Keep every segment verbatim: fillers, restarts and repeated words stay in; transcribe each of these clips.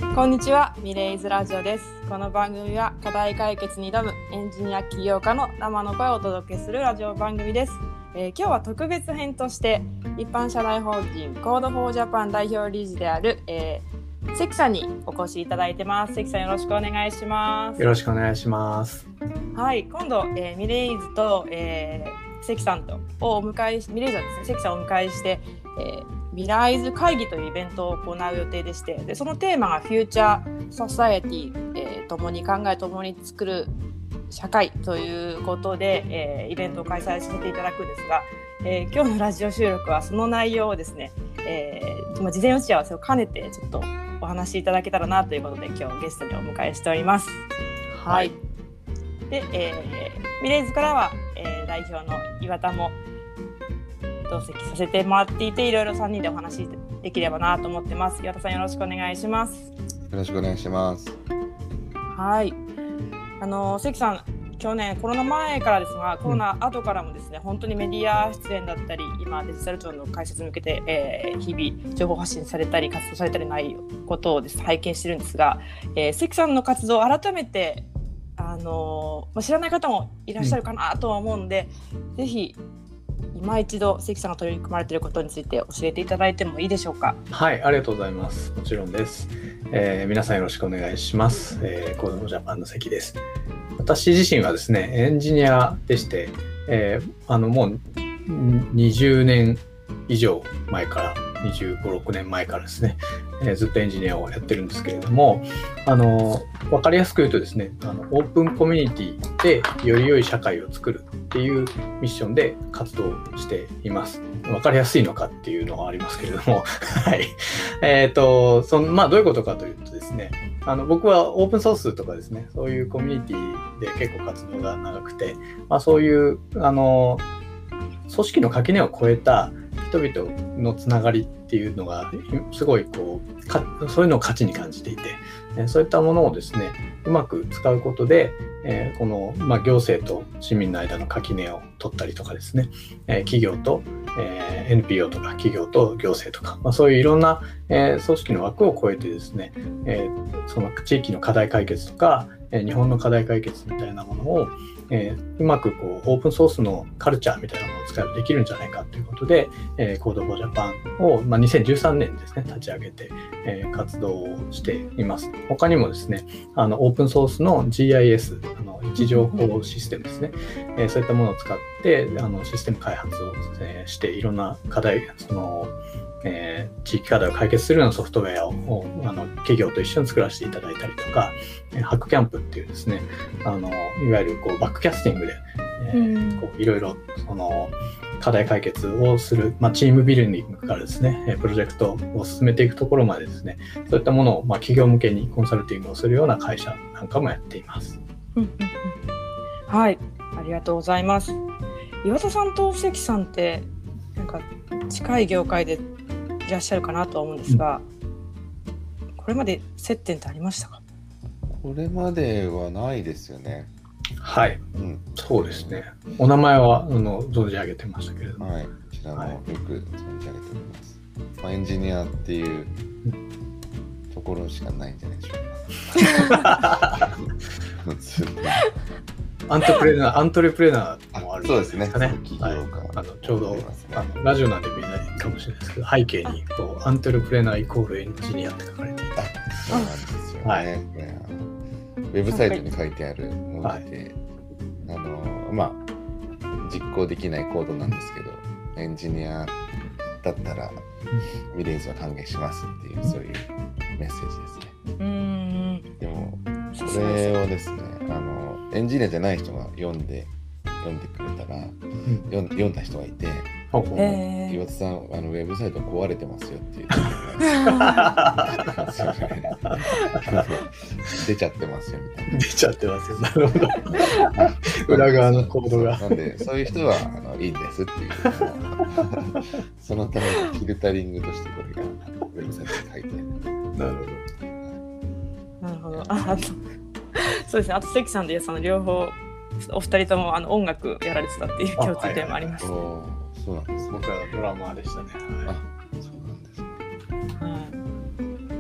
こんにちは、ミレイズラジオです。この番組は課題解決に挑むエンジニア起業家の生の声をお届けするラジオ番組です。えー、今日は特別編として一般社内法人コードフォージャパン代表理事である、えー、関さんにお越しいただいてます。関さん、よろしくお願いします。 よろしくお願いします。 はい、今度、えー、ミレイズと、えー、関さんとをお迎えしミレイズはですね、関さんをお迎えして、えーミライズ会議というイベントを行う予定でして、でそのテーマがフューチャーソサエティ、えー、共に考え共に作る社会ということで、えー、イベントを開催させていただくんですが、えー、今日のラジオ収録はその内容をですね、えー、事前打ち合わせを兼ねてちょっとお話しいただけたらなということで、今日ゲストにお迎えしております。はい、はい、で、えー、ミレイズからは、えー、代表の岩田も同席させてもらっていて、いろいろさんにんでお話しできればなと思ってます。岩田さん、よろしくお願いします。 よろしくお願いします。 はい、あの関さん、去年コロナ前からですが、コロナ後からもですね、うん、本当にメディア出演だったり、今デジタル庁の開設に向けて、えー、日々情報発信されたり活動されたりないことをです、ね、拝見してるんですが、えー、関さんの活動を改めて、あのー、知らない方もいらっしゃるかなとは思うので、うん、ぜひ今一度関さんが取り組まれていることについて教えていただいてもいいでしょうか。 はい、ありがとうございます。もちろんです。えー、皆さんよろしくお願いします。えー、コードフォージャパンの関です。私自身はですね、エンジニアでして、えー、あのもうにじゅうねん以上前からにじゅうご、ろくねんまえからですね、えー、ずっとエンジニアをやってるんですけれども、あの分かりやすく言うとですね、あのオープンコミュニティでより良い社会を作るっていうミッションで活動しています。分かりやすいのかっていうのはありますけれどもはい、えっとそのまあどういうことかというとですね、あの僕はオープンソースとかですね、そういうコミュニティで結構活動が長くて、まあ、そういうあの組織の垣根を越えた人々のつながりっていうのがすごいこうかそういうのを価値に感じていて、そういったものをですねうまく使うことで、えー、この、まあ、行政と市民の間の垣根を取ったりとかですね、えー、企業と、えー、エヌピーオー とか企業と行政とか、まあ、そういういろんな、えー、組織の枠を超えてですね、えー、その地域の課題解決とか、えー、日本の課題解決みたいなものをえー、うまくこうオープンソースのカルチャーみたいなものを使えばできるんじゃないかということで、えー、コードフォージャパンを、まあ、にせんじゅうさんねんですね立ち上げて、えー、活動をしています。他にもですね、あのオープンソースの ジーアイエス、あの位置情報システムですね、えー、そういったものを使ってあのシステム開発を、えー、していろんな課題そのえー、地域課題を解決するようなソフトウェアをあの企業と一緒に作らせていただいたりとか、ハックキャンプっていうですね、あのいわゆるこうバックキャスティングで、えー、こういろいろその課題解決をする、まあ、チームビルディングからですね、プロジェクトを進めていくところまでですね、そういったものを、まあ、企業向けにコンサルティングをするような会社なんかもやっています。 はい、ありがとうございます。岩田さんと関さんってなんか近い業界でいらっしゃるかなとは思うんですが、うん、これまで接点ってありましたか？ これまではないですよね。 はい、うん、そうですね。お名前はあの存じ上げてましたけれども、 はい、こちらもよく存じ上げております。まあ、エンジニアっていうところしかないんじゃないでしょうか。 アントプレナー、アントレプレナーもあるんですかね。 そうですね。 はい、あのちょうど、ね、あのラジオなんでみんないいかもしれないですけど、背景にこうアントレプレナーイコールエンジニアって書かれていた。 そうなんですよね。はい、ウェブサイトに書いてあるもので、はい、あのまあ実行できないコードなんですけど、エンジニアだったらミレイズは歓迎しますっていうそういうメッセージですね。 うーん。 でもそれをですね、あのエンジニアじゃない人が読んで読んでくれたら、うん、読, 読んだ人がいて、岩田さんあのウェブサイト壊れてますよって言って出ちゃってますよみたいな。 出ちゃってますよ。なるほど。裏側のコードが。 なんでそういう人はあのいいんですっていうそのためのフィルタリングとしてこれがウェブサイトに書いてある。 なるほど。 なるほど。あとそうですね。あと関さんでその両方お二人ともあの音楽やられてたっていう共通点もありました。 そうなんです。 僕はドラマーでしたね。 はい、あ、そうなんですね。 はい。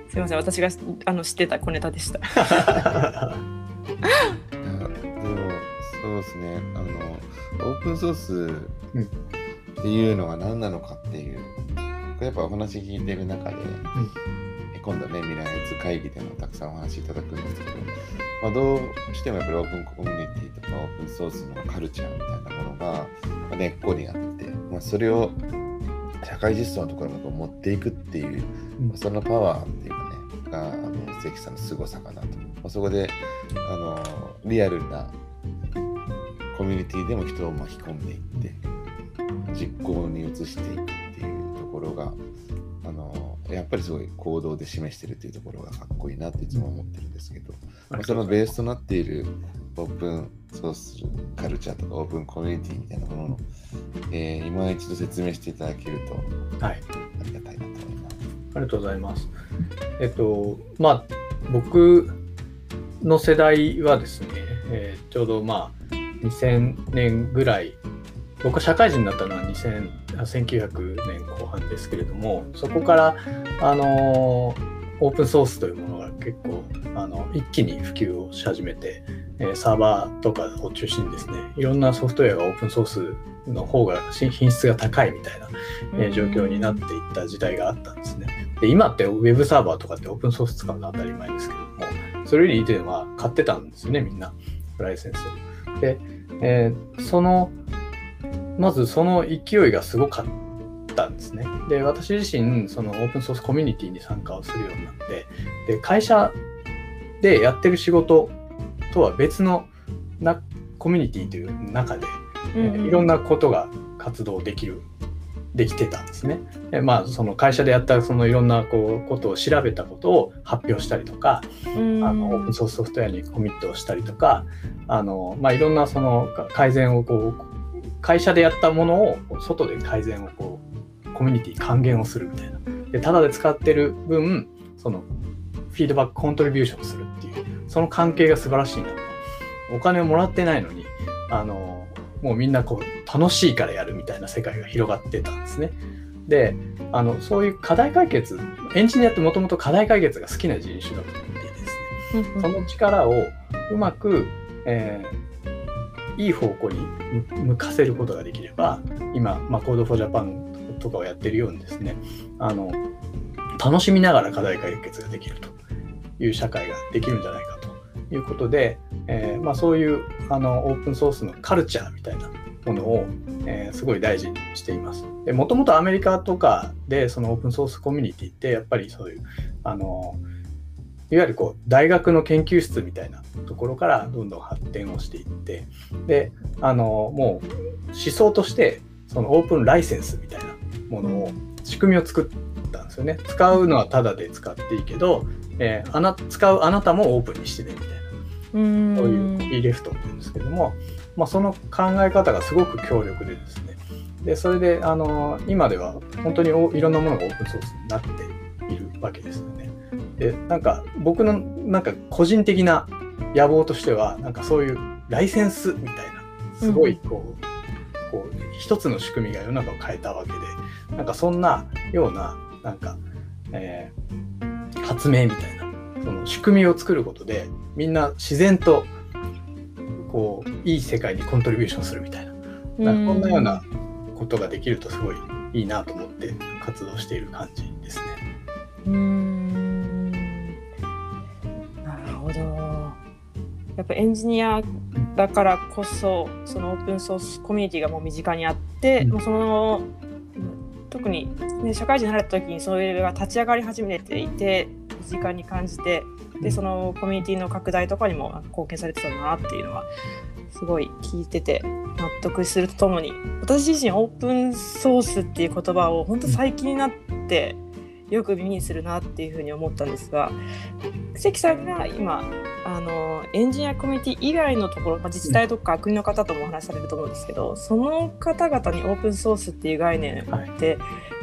すいません、私があの知ってた小ネタでした。 いやでもそうですね、あのオープンソースっていうのは何なのかっていう、うん、やっぱお話聞いてる中で、うん、今度ね未来図会議でもたくさんお話いただくんですけど、まあ、どうしてもやっぱりオープンコミュニティとかオープンソースのカルチャーみたいなものが、まあ、根っこにあって、まあ、それを社会実装のところまで持っていくっていう、うんまあ、そのパワーっていうかねがあの関さんの凄さかなと、まあ、そこであのリアルなコミュニティでも人を巻き込んでいって実行に移していくっていうところがあのやっぱりすごい行動で示してるっていうところがかっこいいなっていつも思ってるんですけど、まあ、そのベースとなっているオープンソースカルチャーとかオープンコミュニティみたいなものの、えー、今一度説明していただけると、はい、ありがたいなと思います。 ありがとうございます。えっとまあ僕の世代はですね、えー、ちょうどまあにせんねんぐらい、僕は社会人になったのはせんきゅうひゃくねんこう半ですけれども、そこからあのオープンソースというものが結構あの一気に普及をし始めて、えー、サーバーとかを中心にですね、いろんなソフトウェアがオープンソースの方が品質が高いみたいな、えー、状況になっていった時代があったんですね。で今ってウェブサーバーとかってオープンソース使うの当たり前ですけれども、それより以前は買ってたんですよね、みんなライセンスを。で、えー、そのまずその勢いがすごかったんですね。で、私自身そのオープンソースコミュニティに参加をするようになって、で会社でやってる仕事とは別のなコミュニティという中で、うんうん、いろんなことが活動できるできてたんですね。でまあその会社でやったそのいろんなこうことを調べたことを発表したりとか、うん、あのオープンソースソフトウェアにコミットをしたりとか、あのまあいろんなその改善をこう会社でやったものを外で改善をこうコミュニティ還元をするみたいな。でただで使ってる分そのフィードバックコントリビューションするっていうその関係が素晴らしいなと。お金をもらってないのにあのもうみんなこう楽しいからやるみたいな世界が広がってたんですね。であのそういう課題解決、エンジニアってもともと課題解決が好きな人種だと思っていてですね、その力をうまく、えー、いい方向に向かせることができれば、今、まあ、Code for Japan とかをやってるようにですね、あの楽しみながら課題解決ができるという社会ができるんじゃないかということで、えーまあ、そういうあのオープンソースのカルチャーみたいなものを、えー、すごい大事にしています。で、もともとアメリカとかでそのオープンソースコミュニティってやっぱりそういうあのいわゆるこう大学の研究室みたいなところからどんどん発展をしていって、であのもう思想としてそのオープンライセンスみたいなものを仕組みを作ったんですよね。使うのはタダで使っていいけど、えー、あな使うあなたもオープンにしてねみたいな、そういうコピーレフトって言うんですけども、まあ、その考え方がすごく強力でですね、でそれであの今では本当にいろんなものがオープンソースになっているわけですよね。でなんか僕のなんか個人的な野望としては、なんかそういうライセンスみたいなすごいこう、うん、こう一つの仕組みが世の中を変えたわけで、なんかそんなようななんか、えー、発明みたいなその仕組みを作ることでみんな自然とこういい世界にコントリビューションするみたいな、なんかこんなようなことができるとすごいいいなと思って活動している感じですね。 うーん、なるほど。やっぱエンジニアだからこそそのオープンソースコミュニティがもう身近にあって、うん、もうその特に、ね、社会人になれた時にそれが立ち上がり始めていて身近に感じて、でそのコミュニティの拡大とかにも貢献されてたんだなっていうのはすごい聞いてて納得するとともに、私自身オープンソースっていう言葉を本当最近になってよく耳にするなっていうふうに思ったんですが、関さんが今あのエンジニアコミュニティ以外のところ、まあ、自治体とか国の方ともお話しされると思うんですけど、その方々にオープンソースっていう概念って、はい、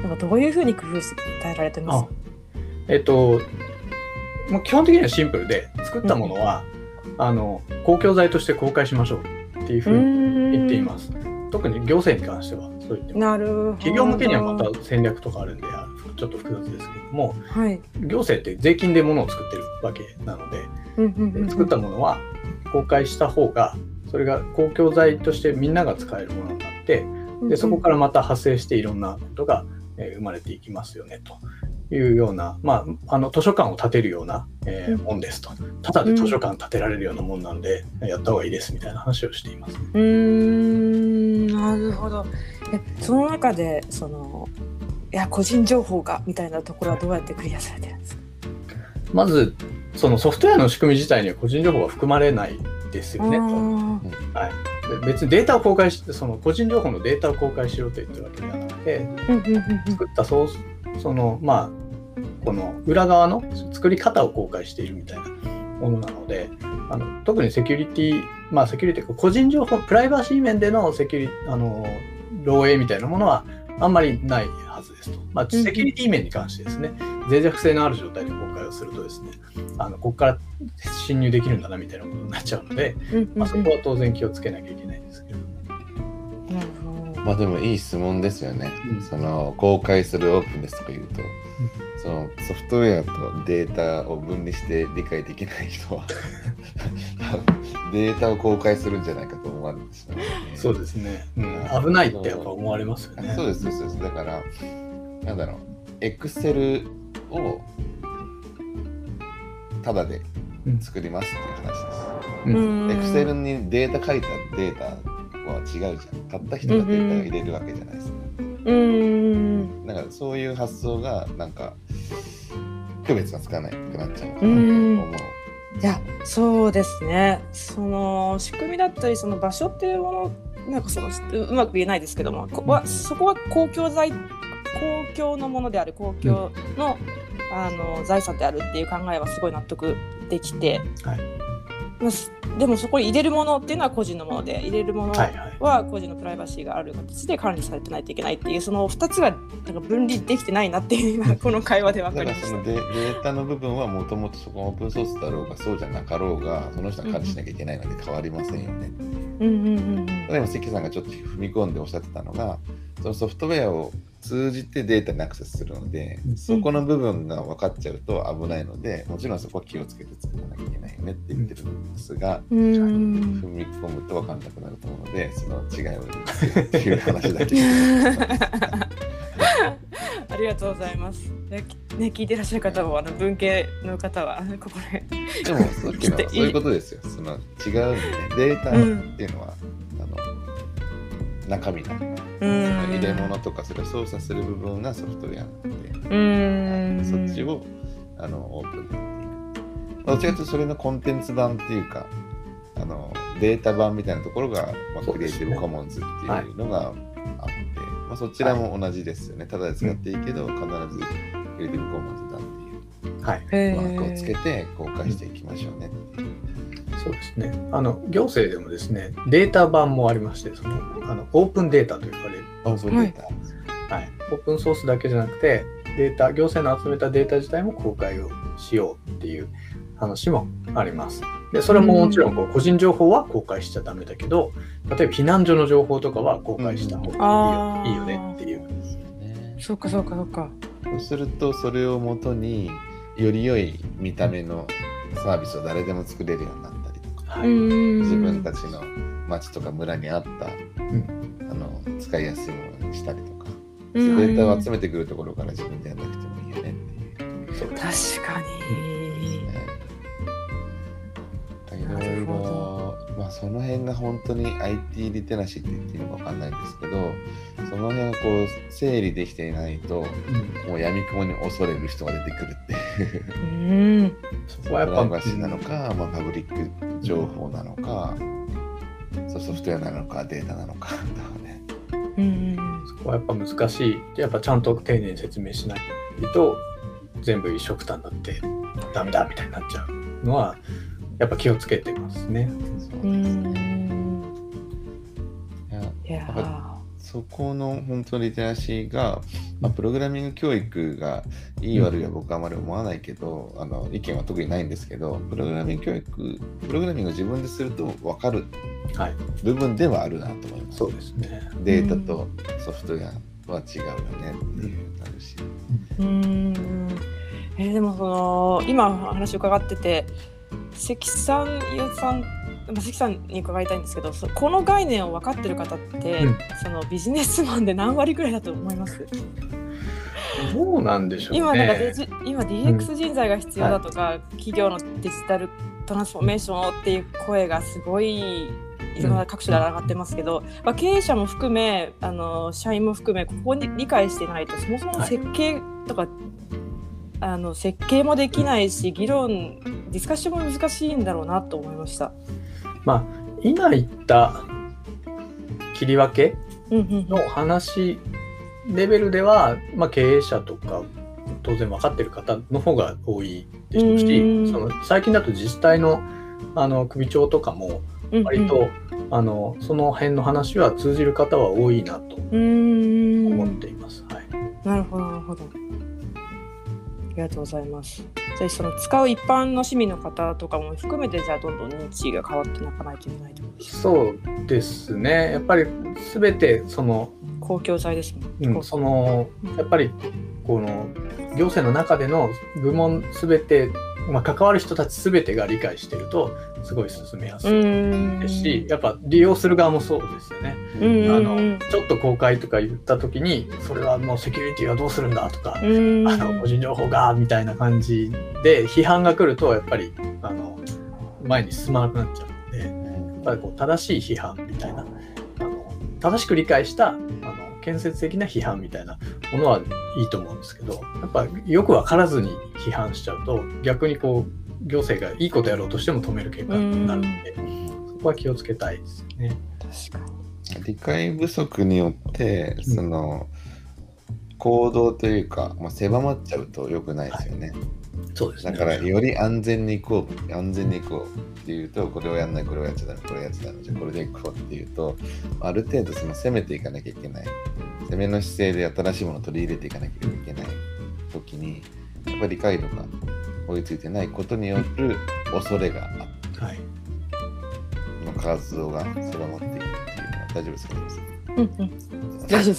なんかどういうふうに工夫して伝えられてますか？ えっともう基本的にはシンプルで、作ったものは、うん、あの公共財として公開しましょうっていうふうに言っています。特に行政に関してはそう言ってます。 なるほど。 企業向けにはまた戦略とかあるんで、 ちょっと複雑ですけども、 はい、 行政って税金で物を作ってるわけなので、 うんうんうんうん、 作ったものは公開した方がそれが公共財としてみんなが使えるものになって、でそこからまた派生していろんなことが生まれていきますよねというような、まあ、あの図書館を建てるような、えー、もんですと。ただで図書館建てられるようなもんなんで、うん、やった方がいいですみたいな話をしています、ね。 うーん、なるほど。えその中でそのいや個人情報がみたいなところはどうやってクリアされてるんですか？ まずそのソフトウェアの仕組み自体には個人情報は含まれないですよね。はい、別にデータを公開してその個人情報のデータを公開しろと言ってるわけではなくて、作ったソースそのまあこの裏側の作り方を公開しているみたいなものなので、あの特にセキュリティまあセキュリティ個人情報プライバシー面でのセキュリあの漏洩みたいなものはあんまりないはずですと。まあ、セキュリティ面に関してですね、脆弱性のある状態で公開をするとですね、あのここから侵入できるんだなみたいなことになっちゃうので、まあ、そこは当然気をつけなきゃいけないんですけれども。 まあでもいい質問ですよね。うん、その公開するオープンですとか言うと、うん、そのソフトウェアとデータを分離して理解できない人はデータを公開するんじゃないかと思われるんですよね。 そうですね、うん、危ないってやっぱ思われますよね。 そうですそうです。だからなんだろう、エクセルをタダで作りますっていう話です。エクセルにデータ書いたデータは違うじゃん。買った人がデータを入れるわけじゃないですか。うん。だからそういう発想がなんか区別がつかなくなっちゃうのかなと思う。 いや、そうですね。その仕組みだったりその場所っていうものなんかそのうまく言えないですけども、こはそこは公共財公共のものである公共の、うん、あの財産であるっていう考えはすごい納得できて、はい、でもそこに入れるものっていうのは個人のもので、入れるものは個人のプライバシーがある形で管理されてないといけないっていう、そのふたつがなんか分離できてないなっていうのがこの会話で分かりました。 だからその デ, データの部分はもともとそこのオープンソースだろうがそうじゃなかろうがその人が管理しなきゃいけないので変わりませんよね。うんうんうんうん、例えば関さんがちょっと踏み込んでおっしゃってたのが、そのソフトウェアを通じてデータにアクセスするので、そこの部分が分かっちゃうと危ないので、もちろんそこは気をつけて作らなきゃいけないよねって言ってるんですが、うん、踏み込むと分かんなくなると思うので、その違いを言うっていう話だけありがとうございます。ね、聞いてらっしゃる方もあの文系の方はここででもさっきのはそういうことですよ。その違うんでね、データっていうのは、うん、あの中身の入れ物とかそれを操作する部分がソフトウェアなので、うんそっちをあのオープンでやっていく。どちらかというとそれのコンテンツ版っていうかあのデータ版みたいなところが、まあ、クリエイティブコモンズっていうのがあって、まあ、そちらも同じですよね。ただで使っていいけど、うん、必ずクリエイティブコモンズだっていう、はい、マークをつけて公開していきましょうねっていう。 そうですね。あの行政でもですね、データ版もありまして、そのあのオープンデータと呼ばれるオープンデータ、 はいはい、オープンソースだけじゃなくて、データ行政の集めたデータ自体も公開をしようっていう話もあります。で、それももちろんこう個人情報は公開しちゃダメだけど、例えば避難所の情報とかは公開した方がいいよ、うん、いいよねっていう。 そうかそうかそうか。 そうするとそれをもとにより良い見た目のサービスを誰でも作れるようになったりとか、はい、自分たちの町とか村に合った、うん、あの使いやすいものにしたりとか、データを集めてくるところから自分でやらなくてもいいよねっていう。 そう確かに。 いろいろ、まあその辺が本当に アイティー リテラシーって言っていいのか分かんないんですけど、その辺がこう整理できていないと、うん、もう闇雲に恐れる人が出てくるっていう。うん。そこはやっぱプライバシーなのか、まあ、パブリック情報なのか、うん、ソフトウェアなのかデータなのかとかね。 うん。そこはやっぱ難しい。やっぱちゃんと丁寧に説明しないと全部一緒くたになってダメだみたいになっちゃうのは。やっぱ気をつけてますね。 そうですね。いや、やっぱそこの本当にリテラシーが、まあ、プログラミング教育がいい悪いは僕はあまり思わないけど、うん、あの意見は特にないんですけど、プログラミング教育、プログラミングを自分ですると分かる部分ではあるなと思います。 そうですね。 データとソフトウェアは違うよねっていうなるし、 うーん、えー、でもその今話伺ってて関さん、ゆうさん、関さんに伺いたいんですけど、この概念を分かってる方って、うん、そのビジネスマンで何割ぐらいだと思います？ どうなんでしょうね。 今なんかデジ今 ディーエックス 人材が必要だとか、うん、企業のデジタルトランスフォーメーションをっていう声がすごいいろんな各種で上がってますけど、うんまあ、経営者も含めあの社員も含めここに理解してないとそもそも設計とか、はい、あの設計もできないし議論ディスカッションも難しいんだろうなと思いました。 まあ、今言った切り分けの話レベルでは、まあ、経営者とか当然分かってる方の方が多いでしょうし、その最近だと自治体の、あの首長とかも割と、うんうん、あのその辺の話は通じる方は多いなと思っています。はい、 なるほどなるほど。ありがとうございます。じゃあその使う一般の市民の方とかも含めてじゃあどんどん認知が変わっていかないといけないと思います。 そうですね。やっぱりすべてその公共財ですもん、 うん、そのやっぱりこの行政の中での部門すべて、まあ、関わる人たちすべてが理解しているとすごい進めやすいですし、やっぱ利用する側もそうですよね。あのちょっと公開とか言った時にそれはもうセキュリティはどうするんだとか、あの個人情報がみたいな感じで批判が来るとやっぱりあの前に進まなくなっちゃうので、やっぱりこう正しい批判みたいな、あの正しく理解したあの建設的な批判みたいなものはいいと思うんですけど、やっぱよく分からずに批判しちゃうと逆にこう行政がいいことやろうとしても止める結果になるので、そこは気をつけたいですよね。 確かに理解不足によってその行動というか、まあ、狭まっちゃうと良くないですよね。はい、 そうですね。 だからより安全に行こう安全に行こうっていうと、これをやんないこれをやっちゃダメこれやっちゃダメじゃあこれで行こうっていうと、ある程度その攻めていかなきゃいけない、攻めの姿勢で新しいものを取り入れていかなきゃいけない時にやっぱり理解度が追いついてないことによる恐れがあって、はい、の活動が狭まっていくっていうのは大丈夫ですか？ うんうん、大丈夫です。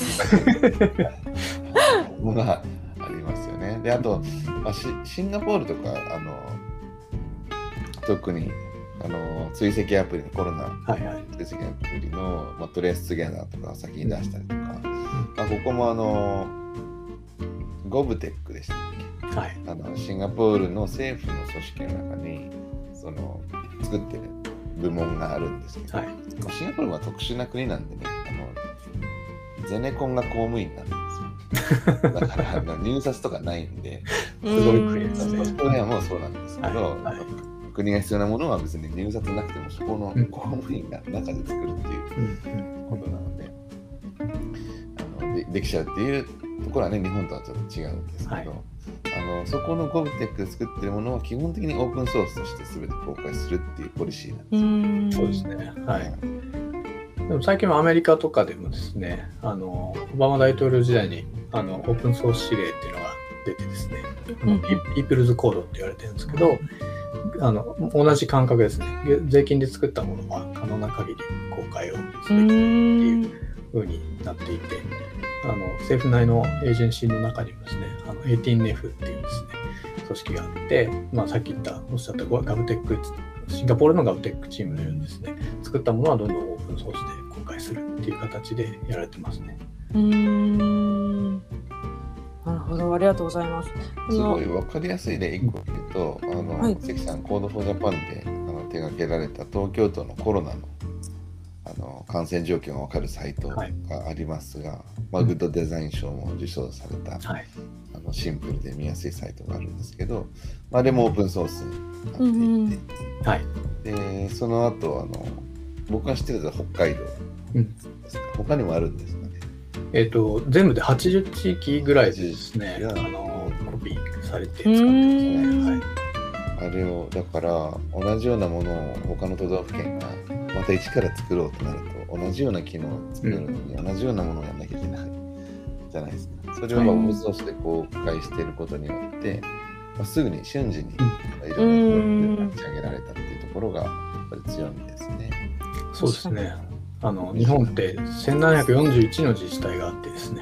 ものがありますよね。で、あと、まあ、シ, シンガポールとかあの特にあの追跡アプリのコロナ、はいはい、追跡アプリの、まあ、トレーストゥゲザーとか先に出したりとか、うんまあ、ここもあのゴブテックでしたっけ、はい、あのシンガポールの政府の組織の中にその作ってる部門があるんですけど、はい、シンガポールは特殊な国なんでね、あのゼネコンが公務員なんですよ。だからあの入札とかないんで、すごい国です。その辺はもうそうなんですけど、はいはい、国が必要なものは別に入札なくてもそこの公務員が中で作るっていうことなので、あの で, できちゃうっていうところはね、日本とはちょっと違うんですけど、はい、あのそこのゴブテックで作ってるものは基本的にオープンソースとして全て公開するっていうポリシーなんですよ。 そうですね。はい。でも最近はアメリカとかでもですね、あのオバマ大統領時代にあのオープンソース指令っていうのが出てですね、うん、ピープルズコードって言われてるんですけど、あの同じ感覚ですね。税金で作ったものは可能な限り公開をすべきっていう風になっていて、あの政府内のエージェンシーの中にもですね、あの エイティーエヌエフ っていうですね組織があって、まあ、さっき言ったおっしゃったガブテック、シンガポールのガブテックチームのようにですね、作ったものはどんどんオープンソースで公開するっていう形でやられてますね。 うーん、なるほど、ありがとうございます。 すごい分かりやすい例いっこ言うと、あの、はい、関さんコードフォージャパンであの手掛けられた東京都のコロナのあの感染状況が分かるサイトがありますが、はい、まあ、グッドデザイン賞も受賞された、はい、あのシンプルで見やすいサイトがあるんですけど、まあ、あれもオープンソースになっていて、うんうん、はい、でその後あの僕が知ってるのは北海道ですか、うん、他にもあるんですかね。 えーと、全部ではちじゅう地域ぐらいですね、あのコピーされて使ってますね。はい、 あれをだから同じようなものを他の都道府県がまた一から作ろうとなると、同じような機能を作るのに同じようなものをやらなきゃいけないじゃないですか。それをオープンソースで公開していることによって、まあ、すぐに瞬時にいろんなプロジェクトが立ち上げられたっていうところがやっぱり強みですね。 そうですね。あの日本ってせんななひゃくよんじゅういちの自治体があってですね、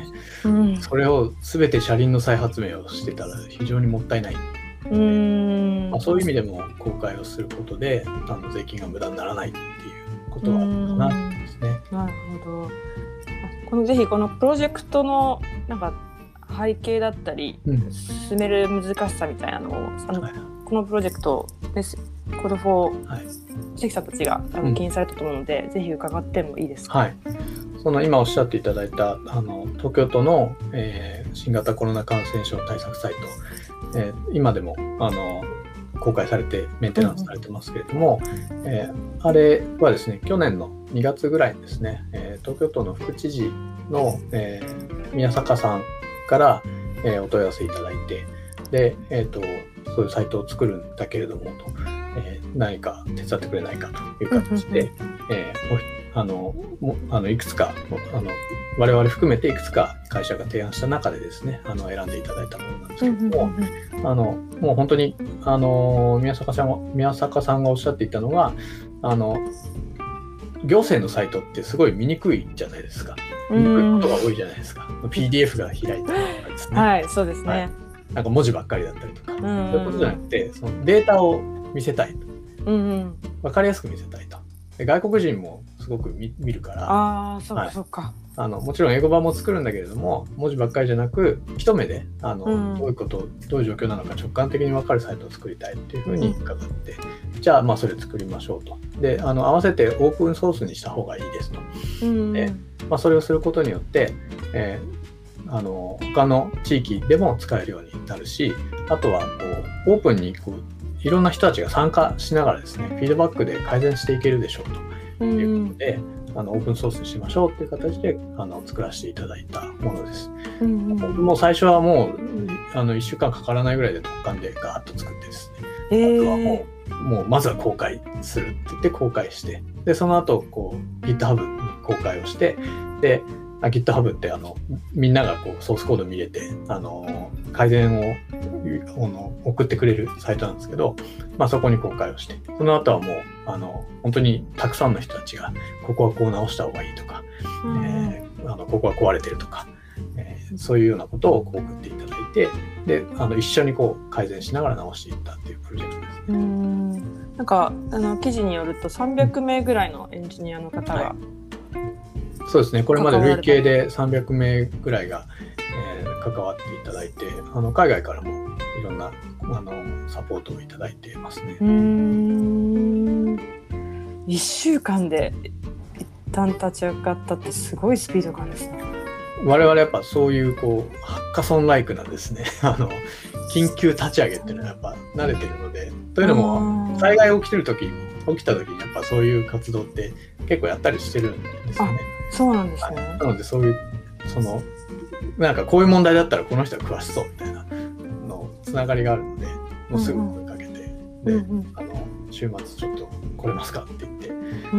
うん、 それを全て車輪の再発明をしてたら非常にもったいない。 うーん、 まあ、そういう意味でも公開をすることであの税金が無駄にならないっていうことはあるかなと思いますね。 なるほど。このぜひこのプロジェクトのなんか背景だったり、うん、進める難しさみたいなのをあの、はい、このプロジェクトでコードフォー、はい、関さんたちがあの気にされたと思うので、うん、ぜひ伺ってもいいですか。 はい、その今おっしゃっていただいたあの東京都の、えー、新型コロナ感染症対策サイト、えー、今でもあの公開されてメンテナンスされてますけれども、うんえー、あれはですね去年のにがつぐらいにですね、えー、東京都の副知事の、えー、宮坂さんから、えー、お問い合わせいただいてで、えーと、そういうサイトを作るんだけれどもと、えー、何か手伝ってくれないかという形で、えー、あのあのいくつかあの我々含めていくつか会社が提案した中でですねあの選んでいただいたものなんですけれども、あのもう本当にあの宮坂さん宮坂さんがおっしゃっていたのはあの行政のサイトってすごい見にくいじゃないですか。見にくいことが多いじゃないですか。ピーディーエフ が開いてるとかですね。 はい、そうですね、はい。 なんか文字ばっかりだったりとか、そういうことじゃなくて、そのデータを見せたいと。うんうん、分かりやすく見せたいと。で外国人もすごく 見, 見るから、 ああ、そうかそうか。はい、 あのもちろん英語版も作るんだけれども、文字ばっかりじゃなく、一目であの、うん、どういうこと、どういう状況なのか直感的に分かるサイトを作りたいっていうふうに伺って、うん、じゃあまあそれ作りましょうと。で、あの合わせてオープンソースにした方がいいですと。うん、で、まあ、それをすることによって、えー、あの他の地域でも使えるようになるし、あとはこうオープンにこういろんな人たちが参加しながらですね、フィードバックで改善していけるでしょうということで、うん、あのオープンソースにしましょうという形であの作らせていただいたものです。うん、もう最初はもうあのいっしゅうかんかからないぐらいで特貫でガーッと作ってですね、えー、あとはもう、もうまずは公開するって言って公開して、でその後こう GitHub に公開をして、で GitHub ってあのみんながこうソースコード見れてあの改善をあの送ってくれるサイトなんですけど、まあ、そこに公開をして、その後はもうあの本当にたくさんの人たちがここはこう直した方がいいとか、うんえー、あのここは壊れてるとか、えー、そういうようなことをこう送っていただいて、であの一緒にこう改善しながら直していったっていうプロジェクトですね。 うーんなんかあの記事によるとさんびゃくめいぐらいのエンジニアの方が、はい、 そうですね、これまで累計でさんびゃくめいぐらいが、えー、関わっていただいて、あの海外からもいろんなあのサポートをいただいていますね。 うーんいっしゅうかんで一旦立ち上がったってすごいスピード感ですね。 我々やっぱそういうこうハッカソンライクなですねあの緊急立ち上げっていうのはやっぱ慣れてるので、というのも災害起きてる時起きた時にやっぱそういう活動って結構やったりしてるんですよね。 あ、そうなんですね。 なのでそういうそのなんかこういう問題だったらこの人は詳しそうみたいなのつながりがあるので、もうすぐ声かけて、うんうん、で、あの週末ちょっと来れますかって言って、うん、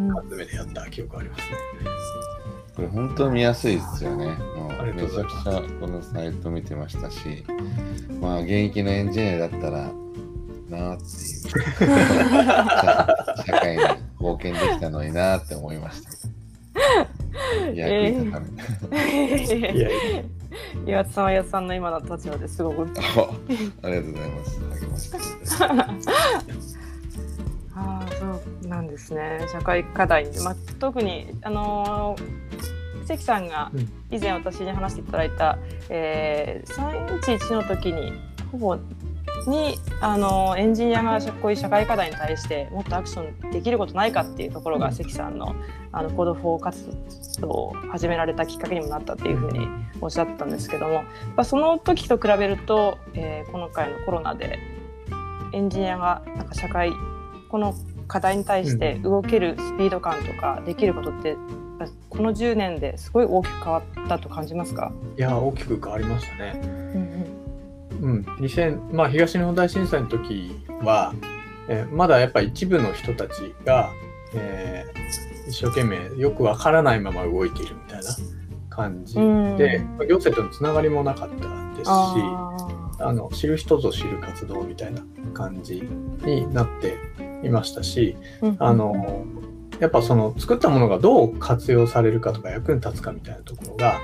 缶詰でやった記憶ありますね。 これ本当に見やすいですよね。もうめちゃくちゃこのサイト見てましたし、まあ現役のエンジニアだったらなーっていう社会に貢献できたのになーって思いました。役に立たない。 いやいや岩田さんは岩田さんの今の立場ですごくあありがとうございます。励ましてああそうなんですね。社会課題、まあ、特にあのー関さんが以前私に話していただいた、うんえー、さんいちいちの時にほぼにあのエンジニアがこういう社会課題に対してもっとアクションできることないかっていうところが関さんのあのコードフォー活動を始められたきっかけにもなったっていうふうにおっしゃったんですけども、まあ、その時と比べると、えー、今回のコロナでエンジニアがなんか社会この課題に対して動けるスピード感とかできることってこのじゅうねんですごい大きく変わったと感じますか？ いや大きく変わりましたね。うんうんうん、にせんまあ、東日本大震災の時は、えー、まだやっぱり一部の人たちが、えー、一生懸命よくわからないまま動いているみたいな感じで、行政とのつながりもなかったですし、ああの知る人ぞ知る活動みたいな感じになっていましたし、うん、あのやっぱその作ったものがどう活用されるかとか役に立つかみたいなところが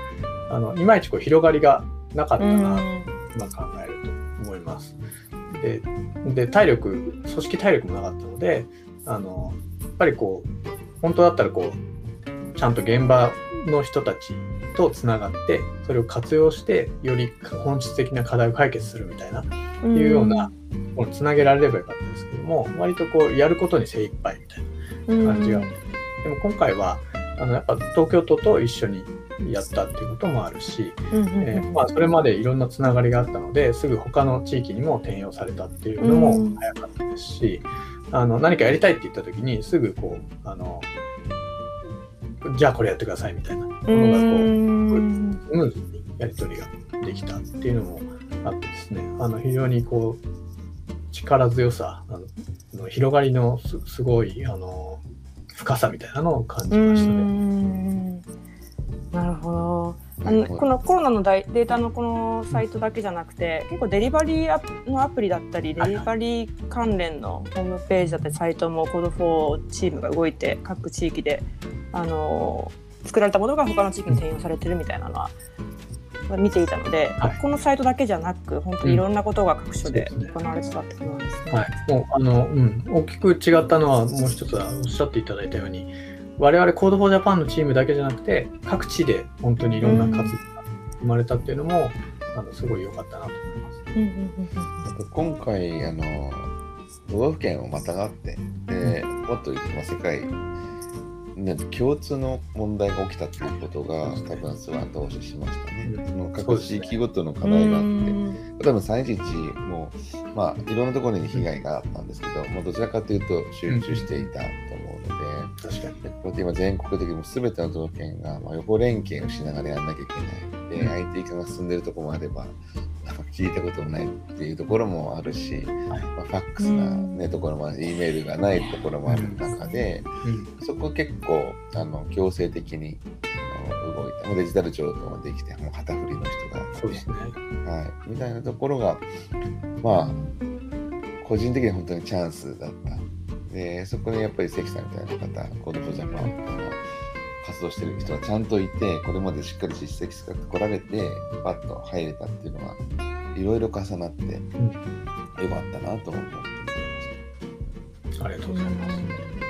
あのいまいちこう広がりがなかったな、今考えると思います。で、で体力組織体力もなかったので、あのやっぱりこう本当だったらこうちゃんと現場の人たちとつながってそれを活用してより本質的な課題を解決するみたいないうようなものをつなげられればよかったんですけども、割とこうやることに精一杯みたいな感じが、でも今回はあのやっぱ東京都と一緒にやったっていうこともあるし、えーまあ、それまでいろんなつながりがあったのですぐ他の地域にも転用されたっていうのも早かったですし、あの何かやりたいって言った時にすぐこうあのじゃあこれやってくださいみたいなものがこうスムーズにやり取りができたっていうのもあってですね、あの非常にこう力強さ、あの広がりの す, すごいあの深さみたいなのを感じましたね。 なるほど。あのこのコロナのデータのこのサイトだけじゃなくて、結構デリバリーのアプリだったりデリバリー関連のホームページだったりサイトも コードフォー チームが動いて各地域であの作られたものが他の地域に転用されてるみたいなのは見ていたので、はい、このサイトだけじゃなく本当にいろんなことが各所で行われてたってことなんですね。 はい、もうあの、うん、大きく違ったのはもう一つはおっしゃっていただいたように、我々 コードフォー ジャパンのチームだけじゃなくて各地で本当にいろんな活動が生まれたっていうのも、うん、あのすごい良かったなと思います。うんうんうん、 今回あの都道府県をまたがってでもっと言うと、まあ、世界共通の問題が起きたっていうことが多分すごい後押ししましたね。その各地域ごとの課題があって、多分さんいちいちもう、まあ、いろんなところに被害があったんですけど、もうどちらかというと集中していたと思うので、 確かにこうやって今全国的にも全ての都道府県がまあ予報連携をしながらやらなきゃいけないで、アイティー 化が進んでいるところもあれば聞いたこともないっていうところもあるし、まあ、ファックスな、ね、ところも E メールがないところもある中で、そこ結構あの強制的にあの動いたデジタル庁とかもできて、もう旗振りの人がそうですね、 はい、みたいなところがまあ個人的に本当にチャンスだった。でそこにやっぱり関さんみたいな方、コードフォージャパン活動してる人がちゃんといて、これまでしっかり実績使ってこられてパッと入れたっていうのはいろいろ重なってよかったなと思ってました。ありがとうございます。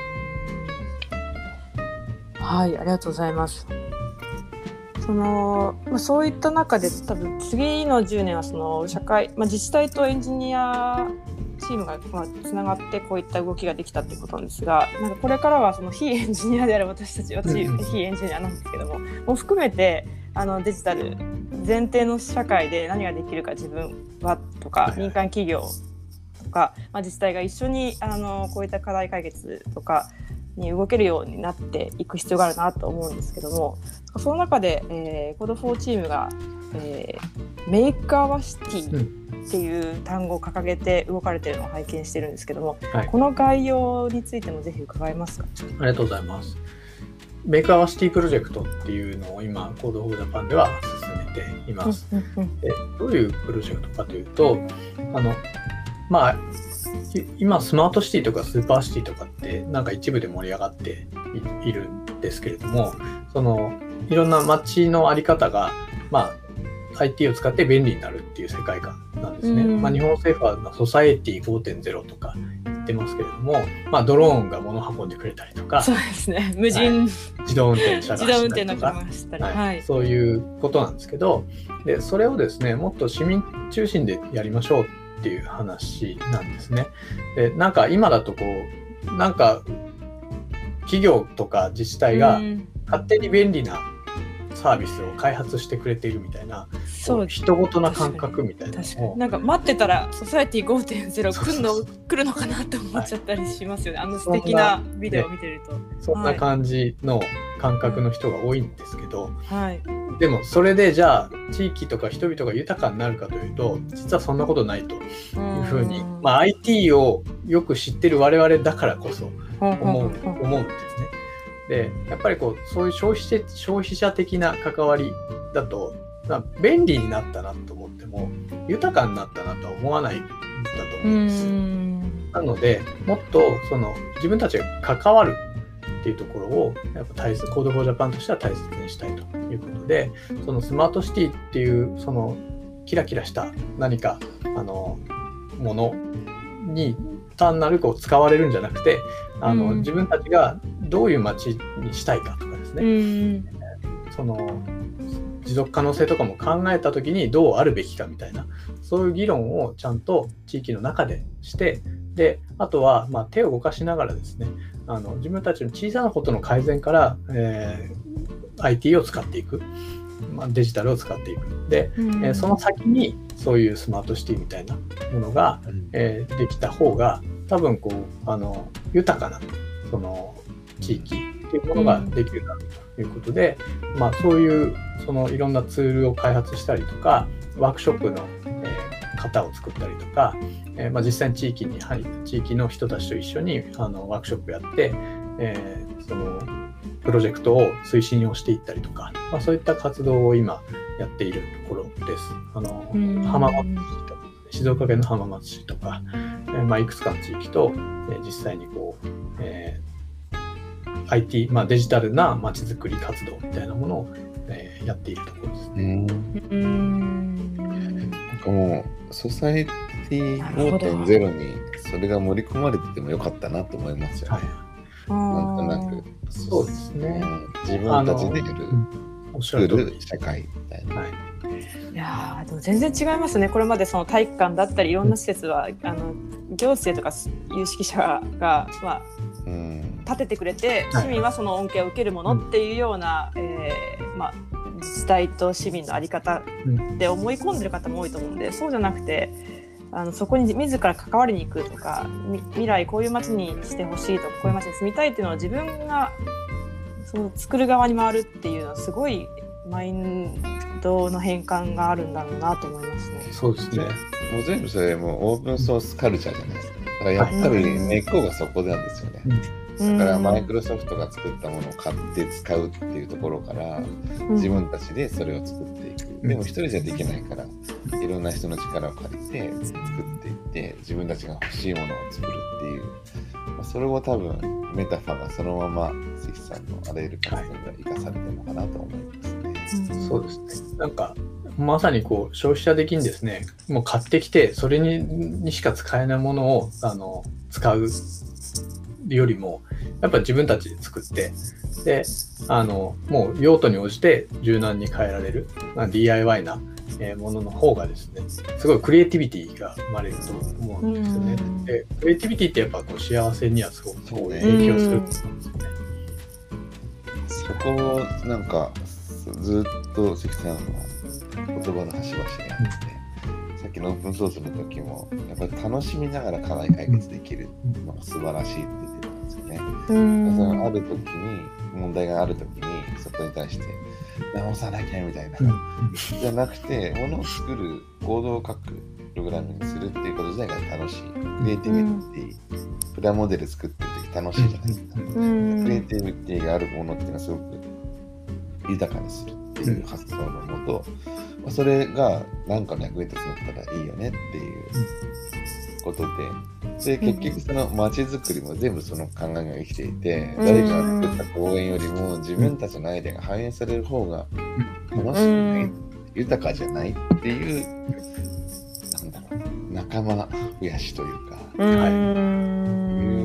はい、ありがとうございます。そのそういった中で多分次のじゅうねんはその社会、まあ、自治体とエンジニアチームがつながってこういった動きができたってことなんですが、なんかこれからはその非エンジニアである私たち、私非エンジニアなんですけども、もう含めてあのデジタル前提の社会で何ができるか、自分はとか民間企業とか、まあ、自治体が一緒にあのこういった課題解決とかに動けるようになっていく必要があるなと思うんですけども、その中で、えー、コードフォー チームが、えー、メーカーはシティっていう単語を掲げて動かれているのを拝見してるんですけども、はい、この概要についてもぜひ伺えますか。 ありがとうございます。メーカーはシティプロジェクトっていうのを今コードフォージャパンでは進めています。でどういうプロジェクトかというと、あのまあ今スマートシティとかスーパーシティとかってなんか一部で盛り上がっているんですけれども、そのいろんな街のあり方がまあ アイティー を使って便利になるっていう世界観なんですね。まあ、日本政府はソサエティ ごてんゼロ とか言ってますけれども、まあ、ドローンが物運んでくれたりとか、 そうですね、無人、はい、 自動運転車が走ったりとか、 はいはい、 そういうことなんですけど、でそれをですねもっと市民中心でやりましょうっていう話なんですね。でなんか今だとこうなんか企業とか自治体が勝手に便利なサービスを開発してくれているみたいな、そう人ごとな感覚みたいなのを、 なんか待ってたらソサエティ ごてんゼロ 来るの来るのかなって思っちゃったりしますよね、はい、あの素敵なビデオを見てるとそんな感じの感覚の人が多いんですけど、 はい、 でもそれでじゃあ地域とか人々が豊かになるかというと実はそんなことないというふうに、まあ、アイティー をよく知ってる我々だからこそ思う、思うんですね。でやっぱりこうそういう消費者、消費者的な関わりだと、まあ、便利になったなと思っても豊かになったなとは思わないんだと思うんです。なのでもっとその自分たちが関わるっていうところをやっぱ大切、コードフォージャパンとしては大切にしたいということので、そのスマートシティっていうそのキラキラした何かあのものに単なるこう使われるんじゃなくて、あの、うん、自分たちがどういう街にしたいかとかですね、うん、その持続可能性とかも考えた時にどうあるべきかみたいな、そういう議論をちゃんと地域の中でして、であとはまあ手を動かしながらですね、あの自分たちの小さなことの改善から、えー、アイティー を使っていく、まあ、デジタルを使っていく。で、うんえー、その先にそういうスマートシティみたいなものが、うんえー、できた方が多分こうあの豊かなその地域っていうものができるだろうということで、うんまあ、そういうそのいろんなツールを開発したりとか、ワークショップの、えー、型を作ったりとか、えーまあ、実際に地域に入って地域の人たちと一緒にあのワークショップやって、えー、そのプロジェクトを推進をしていったりとか、まあ、そういった活動を今やっているところです。あの浜松市とか静岡県の浜松市とか、えーまあ、いくつかの地域と、えー、実際にこう、えー、アイティー、まあ、デジタルなまちづくり活動みたいなものを、えー、やっているところですね。 うんなんかもうソサエティ ごてんゼロ にそれが盛り込まれててもよかったなと思いますよね。はい、なんとなくそうですね。 自分たちでやる、作る社会みたいな。はい、 いやでも全然違いますね。これまでその体育館だったりいろんな施設は、うん、あの行政とか有識者が、まあうん、建ててくれて、市民はその恩恵を受けるものっていうような、うんえーまあ、自治体と市民の在り方で思い込んでる方も多いと思うんで、そうじゃなくてあのそこに自ら関わりに行くとか、未来こういう街にしてほしいとか、こういう街に住みたいっていうのを自分がその作る側に回るっていうのはすごいマインドの変換があるんだろうなと思いますね。 そうですね。 もう全部それもうオープンソースカルチャーじゃないですか。だからやっぱり根っこがそこなんですよね。うん、だからマイクロソフトが作ったものを買って使うっていうところから自分たちでそれを作っていく。うん、でも一人じゃできないからいろんな人の力を借りて作っていって自分たちが欲しいものを作るっていう、まあ、それを多分メタファがそのまま関さんのあらゆる活動が生かされてるのかなと思いますね。 はい、そうですね。なんかまさにこう消費者的にですね、もう買ってきてそれ に, にしか使えないものをあの使うよりもやっぱ自分たちで作って、であのもう用途に応じて柔軟に変えられる、まあ、ディーアイワイ なものの方がですね、すごいクリエイティビティが生まれると思うんですよね。でクリエイティビティってやっぱこう幸せにはすごくこう影響すると思うんですよね。 そこをなんかずっと関さんは言葉の端々にあって、うん、さっきのオープンソースの時もやっぱり楽しみながら課題解決できるのが素晴らしいって言ってたんですよね。うん、そのある時に問題がある時にそこに対して直さなきゃみたいな、うん、じゃなくて物を作るコードを書くプログラミングするっていうこと自体が楽しい。クリエイティビティ、うん、プラモデル作ってる時楽しいじゃないですか。うん、クリエイティビティがあるものっていうのはすごく豊かにするっていう発想のもと、うん、それが何かの役に立つんだったらいいよねっていうことで、で結局その街づくりも全部その考えが生きていて、うん、誰かが作った公園よりも自分たちのアイデアが反映される方が楽しくない、うん、豊かじゃないっていう、なんだろう、仲間増やしというか、うん、はい、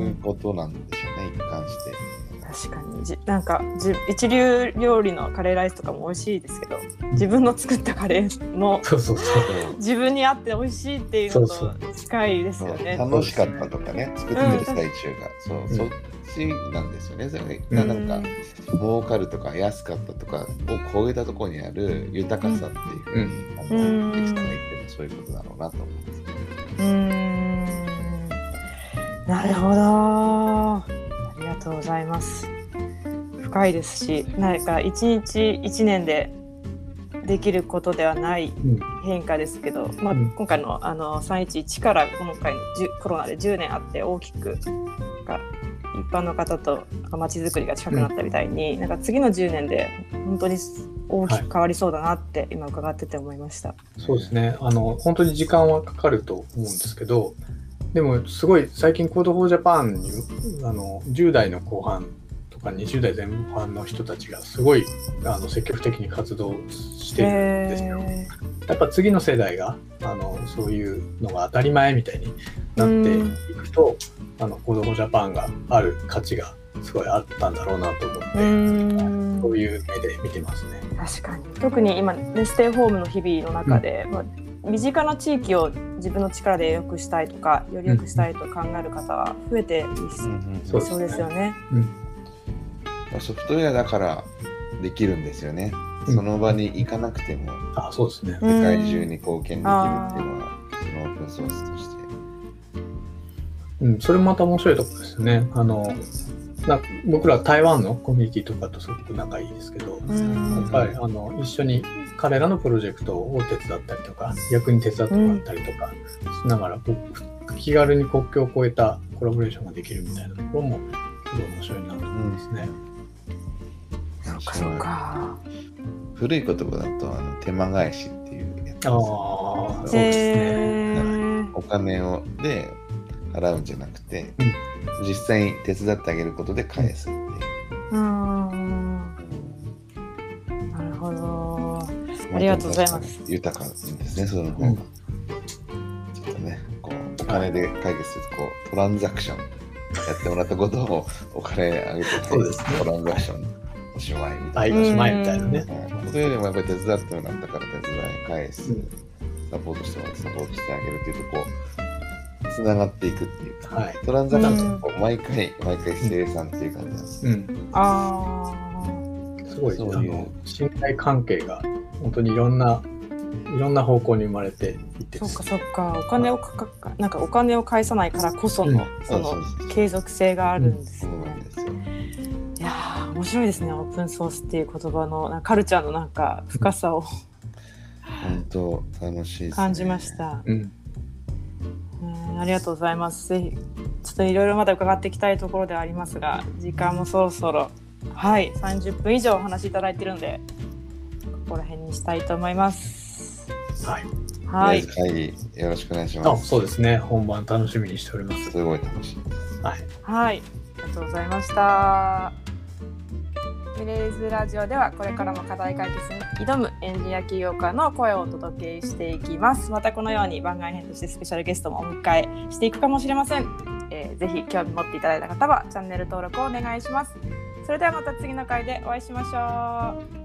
いうことなんでしょうね、一貫して。 確かにじなんかじ一流料理のカレーライスとかも美味しいですけど、自分の作ったカレーもそうそうそう自分に合って美味しいっていうのと近いですよね。 そうそう楽しかったとかね、作ってる最中が、うん、そう、うん、そっちなんですよね。それがなんか、うん、儲かるとか安かったとかを超えたところにある豊かさっていうふうに、うん、あの関さんが言ってるのはそういうことだろうなと思うんですけど。うーん、 なるほど。ありがとうございます。深いですし、なんか一日一年でできることではない変化ですけど、うん、まあ、今回のあのさんいちいちから今回のコロナでじゅうねんあって大きくが一般の方と街づくりが近くなったみたいに、うん、なんか次のじゅうねんで本当に大きく変わりそうだなって今伺ってて思いました。はい、 そうですね。あの本当に時間はかかると思うんですけど、でもすごい最近 コードフォージャパンにあのじゅう代の後半とかにじゅう代前半の人たちがすごいあの積極的に活動してるんですよ。やっぱ次の世代があのそういうのが当たり前みたいになっていくと、あの子どもジャパンがある価値がすごいあったんだろうなと思って、 うんそういう目で見てますね。 確かに特に今、ね、ステイホームの日々の中で、うんまあ、身近な地域を自分の力で良くしたいとかより良くしたいと考える方は増えていそうですよね。 うん、ソフトウェアだからできるんですよね。その場に行かなくても、 うん、あそうですね、 世界中に貢献できるっていうのは、そのオープンソースとして、 うん、それもまた面白いところですよね。あのな僕ら台湾のコミュニティとかとすごく仲いいですけど、やっぱりあの一緒に彼らのプロジェクトを手伝ったりとか逆に手伝ってもらったりとかしながら、うん、気軽に国境を越えたコラボレーションができるみたいなところもすごい面白いなと思いますね。 うん、そうかそうか。 古い言葉だとあの手間返しっていうやつです。 ああそうですね。 お金をで払うんじゃなくて、うん、実際に手伝ってあげることで返すっていう。 うん、なるほど。ありがとうございます。 豊かですね、その方が。うん、ちょっとね、こうお金で解決するとこうトランザクションやってもらったことをお金あげてそうです、ね、 トランザクションおしまいみたいな。おしまいみたいなね。 それよりもやっぱり手伝ってもらったから手伝い返す、うん、サポートしてもらってサポートしてあげるっていうとこうつながっていくっていうか、はい、トランザクションって毎回毎回生産っていう感じなんです、うんうん、 ああすごいそういう信頼関係が本当にいろんないろんな方向に生まれていって、 そうかそうかお金をかかなんかお金を返さないからこその、うん、その継続性があるんですね。いやー面白いですね、オープンソースっていう言葉のカルチャーのなんか深さを本当楽しいですね、 感じました。うんありがとうございます。ぜひちょっといろいろまだ伺っていきたいところではありますが、時間もそろそろはいさんじゅっぷん以上お話しいただいているのでここら辺にしたいと思います。 はい。 はい。会議よろしくお願いします。 あ、そうですね。本番楽しみにしております。 すごい楽しいです。 はい。 はい。ありがとうございました。ミレイズラジオではこれからも課題解決に挑むエンジニア起業家の声をお届けしていきます。またこのように番外編としてスペシャルゲストもお迎えしていくかもしれません。えー、ぜひ興味持っていただいた方はチャンネル登録をお願いします。それではまた次の回でお会いしましょう。